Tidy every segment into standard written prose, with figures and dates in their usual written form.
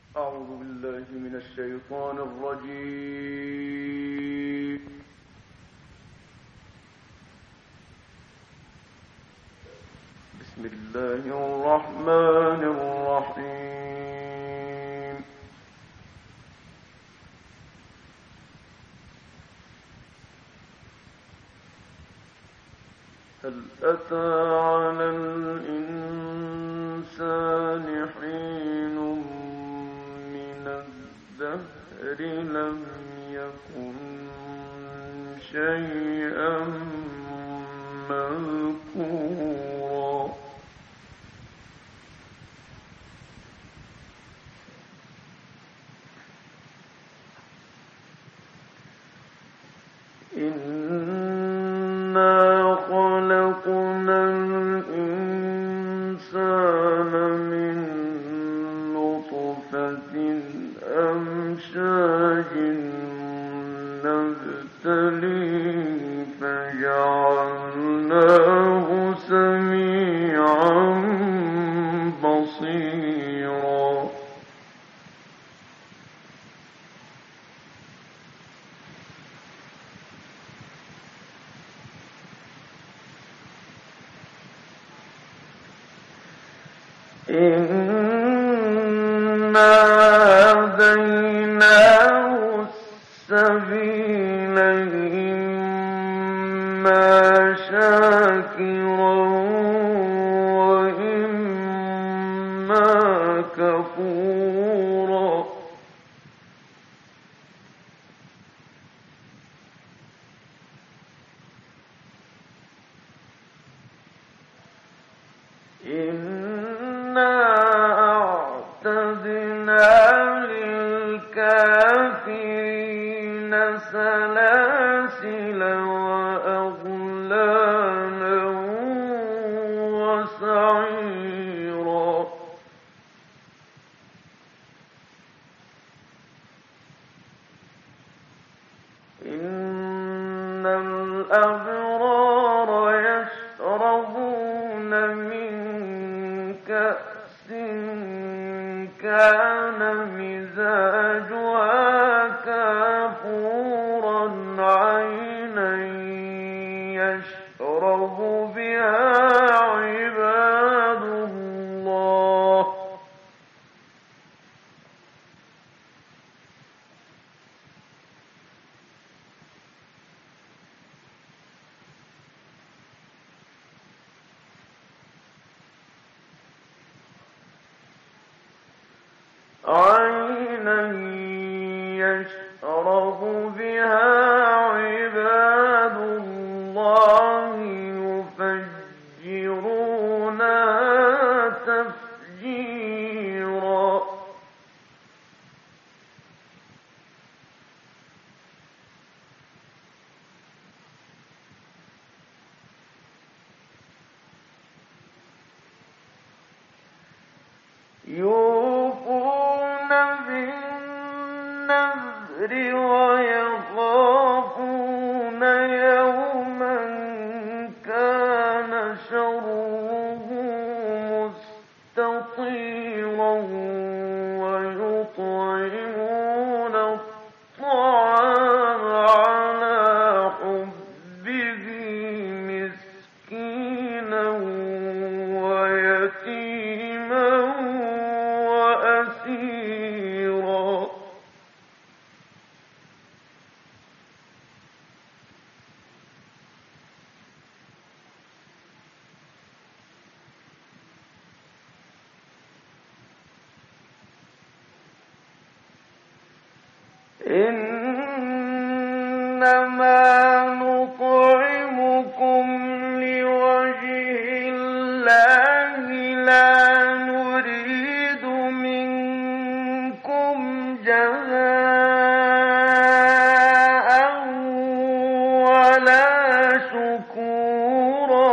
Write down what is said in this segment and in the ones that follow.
أعوذ بالله من الشيطان الرجيم. بسم الله الرحمن الرحيم. هل أتى على الإنسان حين من الدهر لم يكن شيئا مذكورا إنا خلقنا الإنسان من نطفة أمشاج نبتليه فجعلناه سميعا بصيرا إنا هديناه السبيل إما شاكرا وإما كفورا إنا أعتدنا للكافرين سلاسل وأغلالا وسعيرا إن الأبرار يشربون من كأس كان مزاجها كافورا عينا يشرب بها عباد الله عينا يشرب بها عباد الله يفجرونها تفجيرا يوفون بالنذر ويخافون يوما كان شره مستطيرا ويطعمون الطعام على حبه مسكينا ويتيما وأسيرا إنما نطعمكم لوجه الله لا نريد منكم جزاء ولا شكورا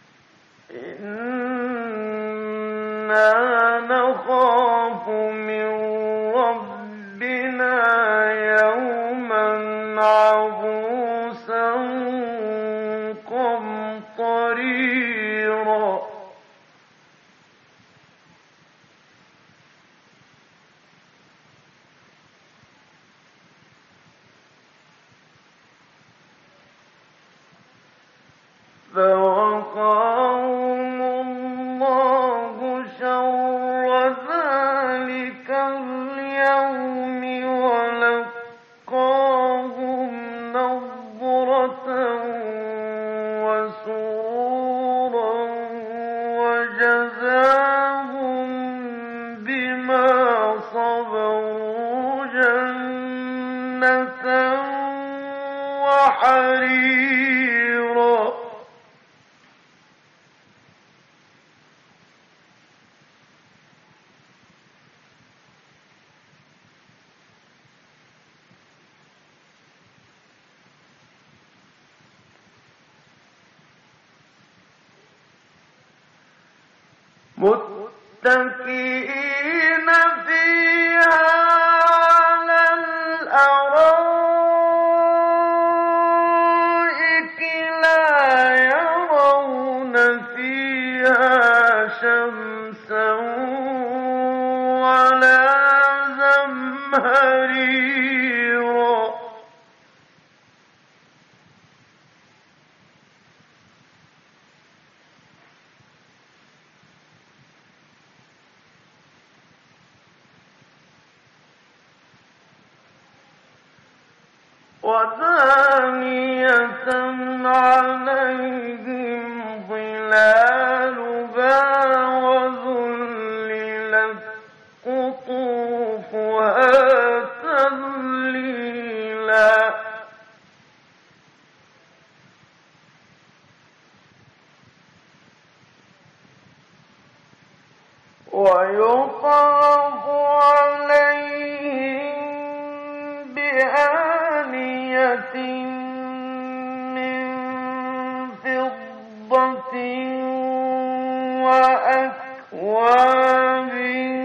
إنا نخاف من فوقاهم الله شر ذلك اليوم ولقاهم نضرة وسرورا وجزاهم بما صبروا جنة وحريرا. متكئين فيها على الأرائك لا يرون فيها شمسا ولا زمهريرا. ودانية عليهم ظلالها وذللت قطوفها تذليلا. ويطاف عليهم بآنية من فضة وأكواب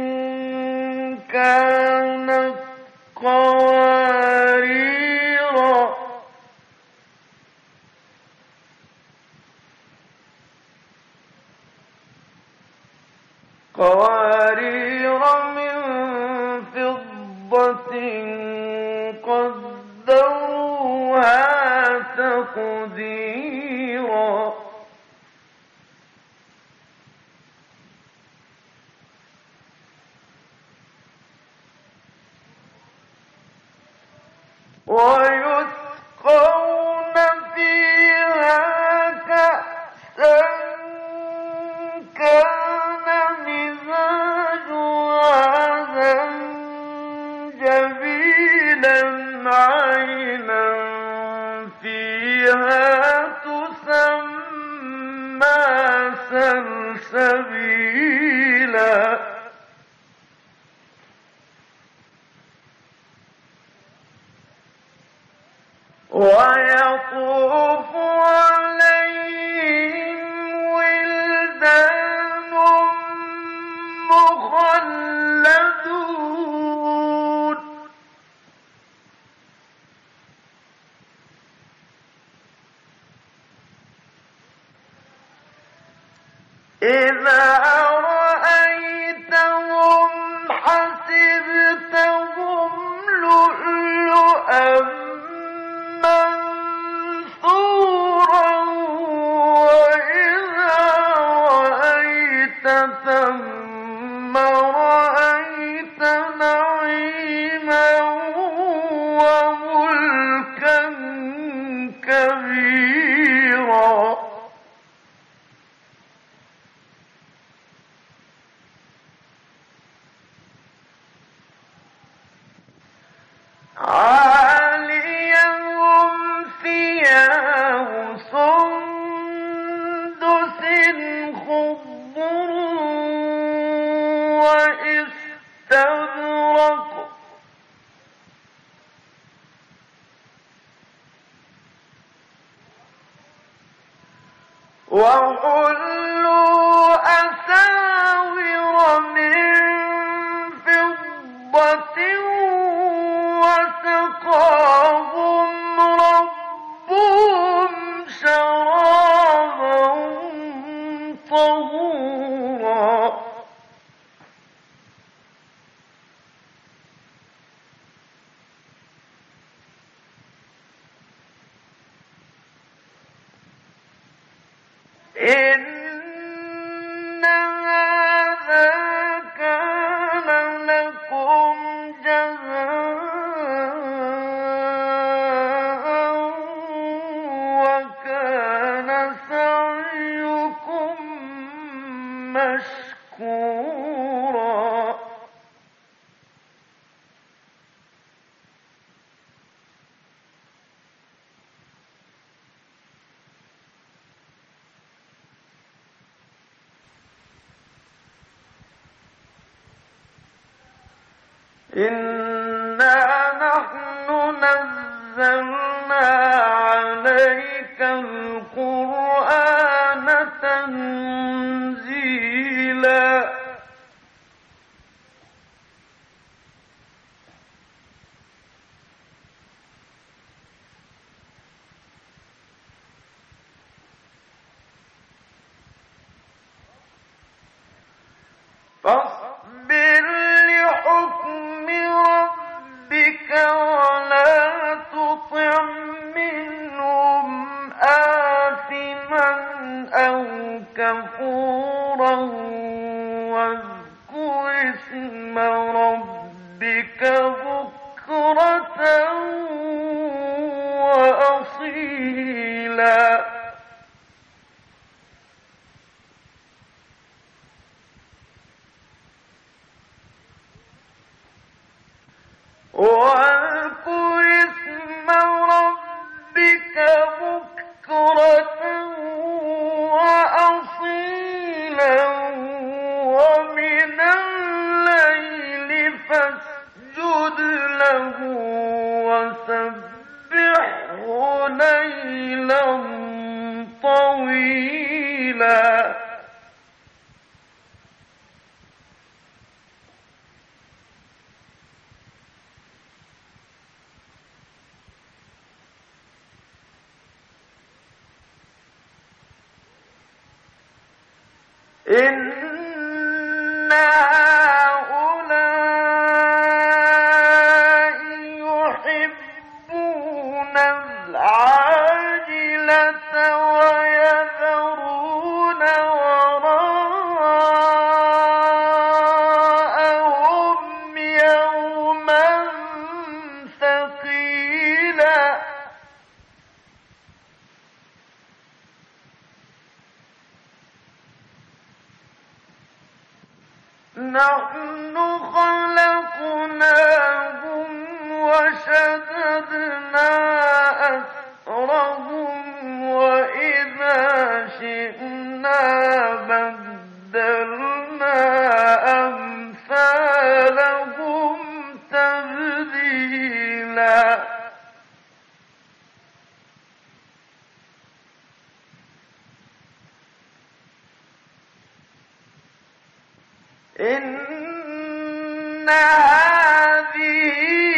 كانت قواريرا. قوارير من فضة قدروها تقديرا. ويسقون فيها كأسا كان مزاجها زنجبيلا عينا فيها تسمى سلسبيلا. ويطوف عليهم ولدان مخلدون إذا رأيتهم حسبتهم لؤلؤا منثورا وإذا رأيت ثم رأيت نعيما وملكا كبيرا. عاليهم ثياب سندس خضر واستبرق وحلوا أساور من فضة وسقاهم ربهم شرابا طهورا. إن هذا كان لكم جزاء وكان سعيكم مشكورا إنا نحن نزلنا عليك القرآن تنزيلا فاصبر لحكم ربك ولا تطع منهم آثما أو كفورا واذكر اسم ربك بكرة وأصيلا واذكر اسم ربك بكرة وأصيلا ومن الليل فاسجد له وسبحه ليلا طويلا إن هؤلاء يحبون العاجلة ويذرون وراءهم يوما ثقيلا نحن خلقناهم وشددنا أسرهم وإذا شئنا بدلنا أمثالهم تبديلا إن هذه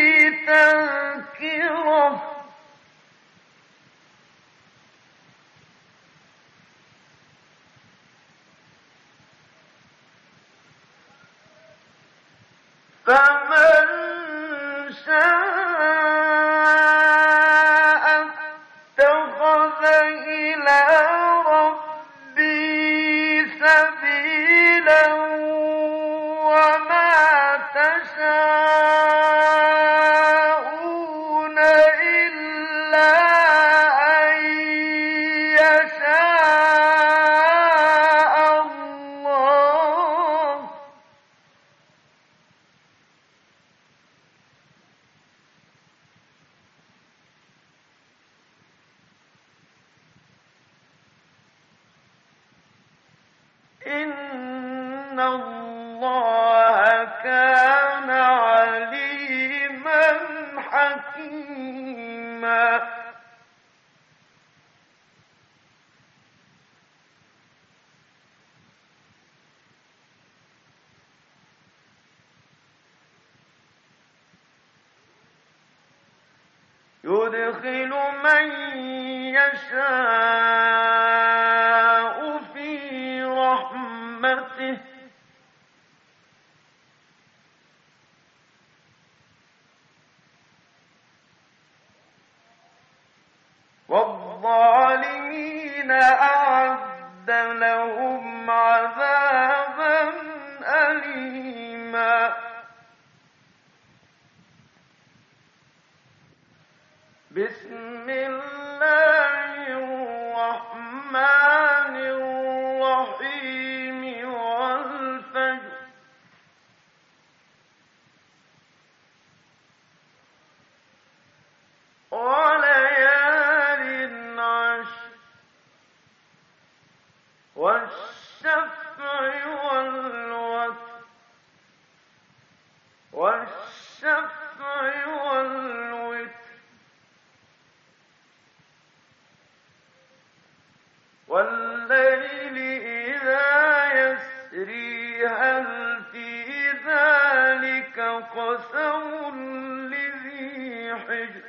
تذكرة فمن شاء اتخذ إلى ربه سبيلا وما تشاءون إلا أن يشاء الله إن الله كان عليما حكيما يدخل من يشاء في رحمته والظالمين أعد لهم عذابا أليما. بسم الله الرحمن الرحيم والفجر وليال عشر والشفع والوتر والليل إذا يسري هل في ذلك قسم لذي حجر.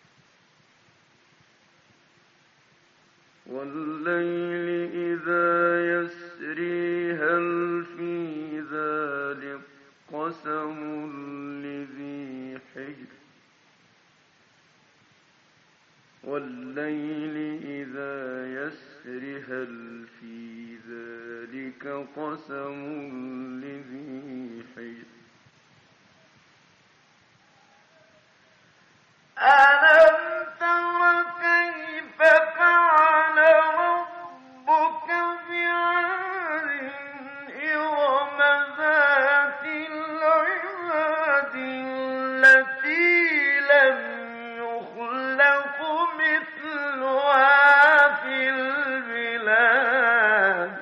والليل إذا يسري هل في ذلك قسم لذي حجر. والليل إذا يسري هل في ذلك قسم لذي حجر. ألم تر كيف فعل ربك بعاد إرم ذات العماد التي لم يخلق مثلها في البلاد.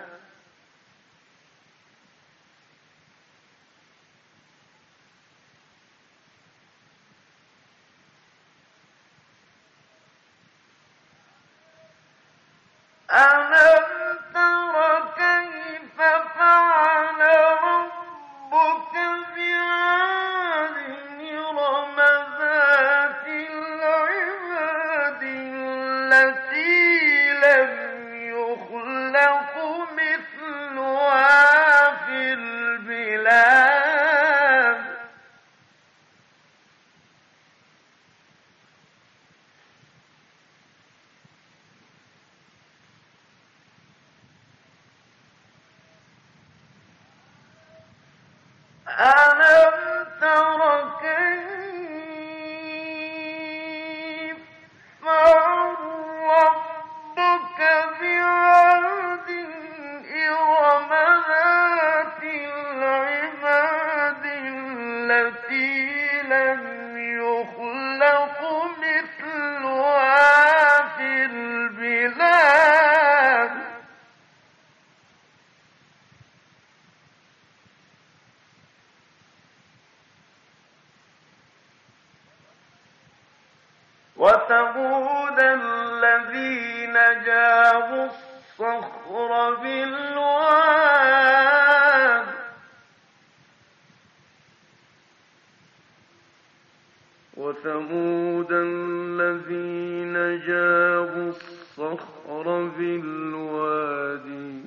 ألم تر كيف فعل ربك بعاد إرم ذات العماد التي لم يخلق مثلها في البلاد. ألم تر كيف فعل ربك بعاد إرم ذات العماد التي لم يخلق مثلها في البلاد. وثمود الذين جابوا الصخر بالواد وثمود الذين جابوا الصخر بالوادي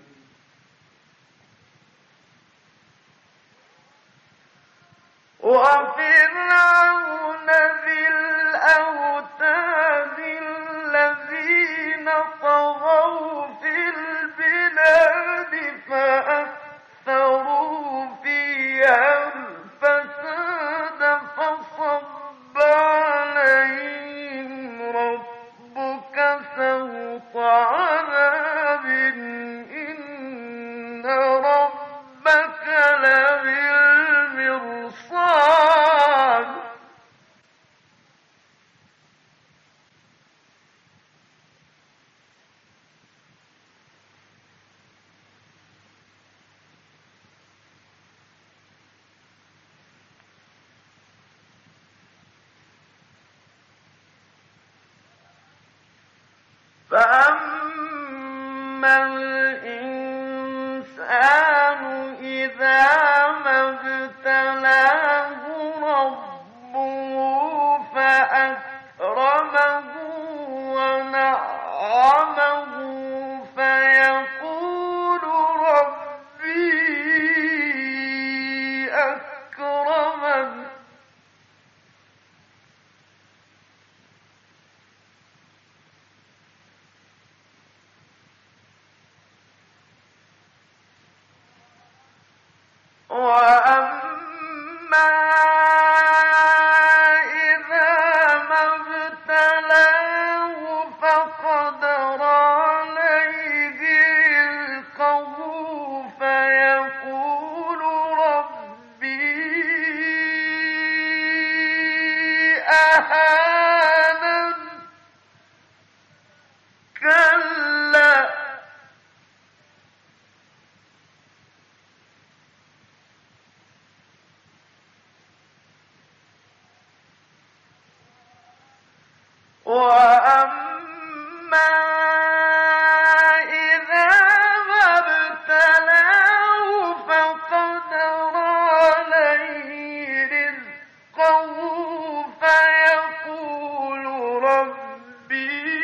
وفرعون ذي الأوتاد الذين طغوا في البلاد فأكثروا فيها الفساد فصب عليهم ربك سوط عذاب إن ربك لبالمرصاد. وأما إذا ما ابتلاه فقدر عليه رزقه فيقول ربي أهانن كلا وأما إذا ما ابتلاه فقدر عليه رزقه فيقول ربي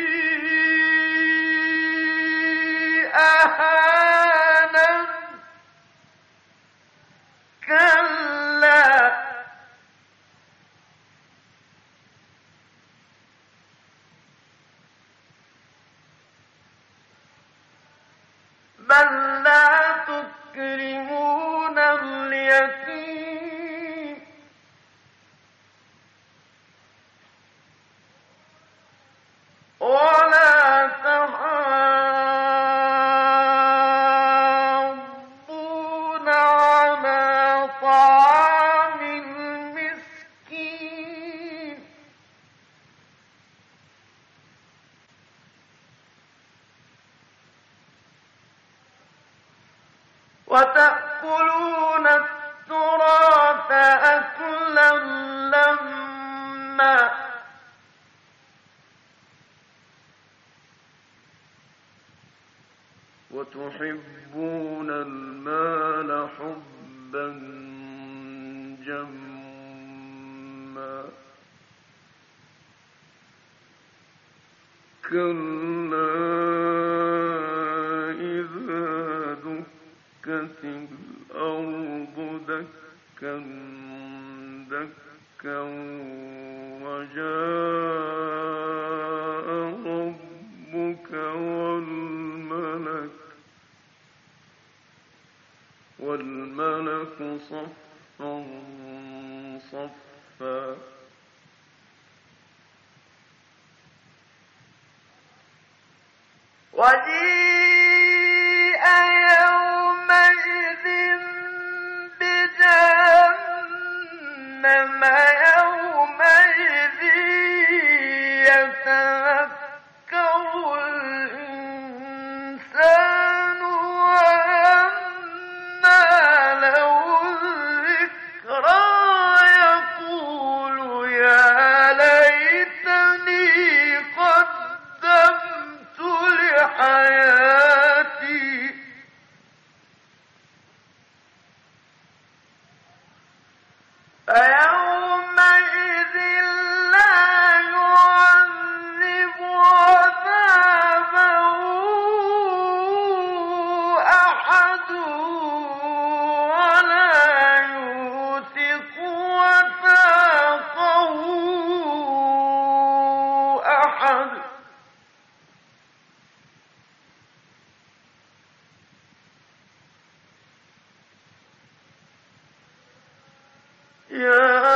أهانن كلا بل لا تكرمون اليتيم ولا تحاضون على طعام المسكين وتأكلون التراث أكلا لما وتحبون المال حبا جما كلا إذا دكت الأرض دكا دكا وجاء ربك والملك صفا صفا وجيء يومئذ بجهنم يومئذ يتذكر الإنسان وأنى له الذكرى يقول يا ليتني قدمت لحياتي فيومئذ لا يعذب عذابه أحد ولا يوثق وثاقه أحد يا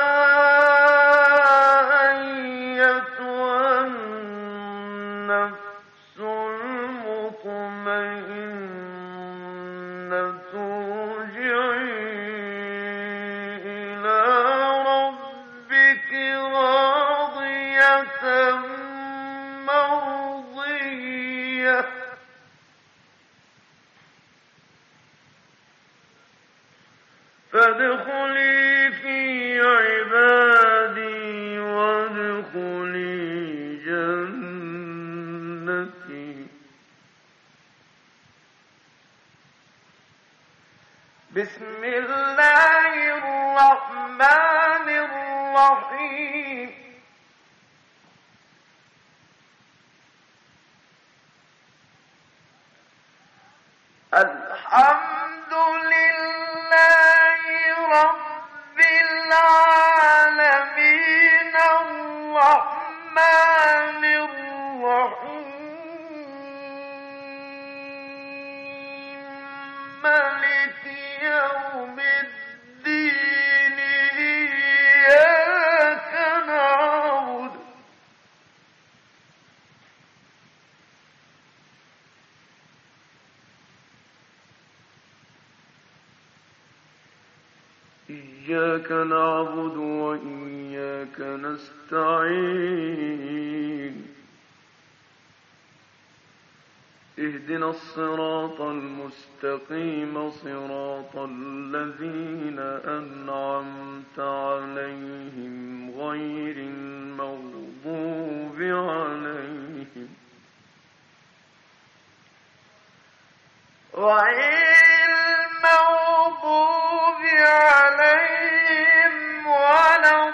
أيتها النفس المطمئنة ارجعي إلى ربك راضية مرضية فادخلي في عبادي وادخلي جنتي بسم الله الرحمن الرحيم الحمد لله رب العالمين الرحمن الرحيم مالك يوم إياك نعبد وإياك نستعين اهدنا الصراط المستقيم صراط الذين أنعمت عليهم غير المغضوب عليهم ولا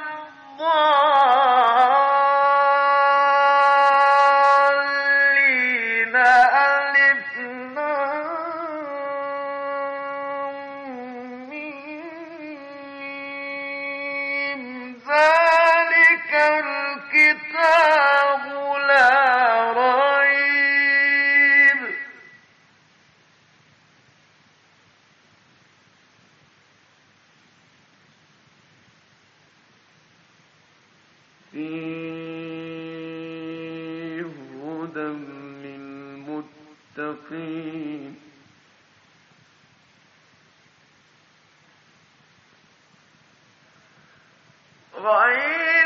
الضالين ألف لام ميم ذلك الكتاب لا ريب فيه هدى للمتقين غير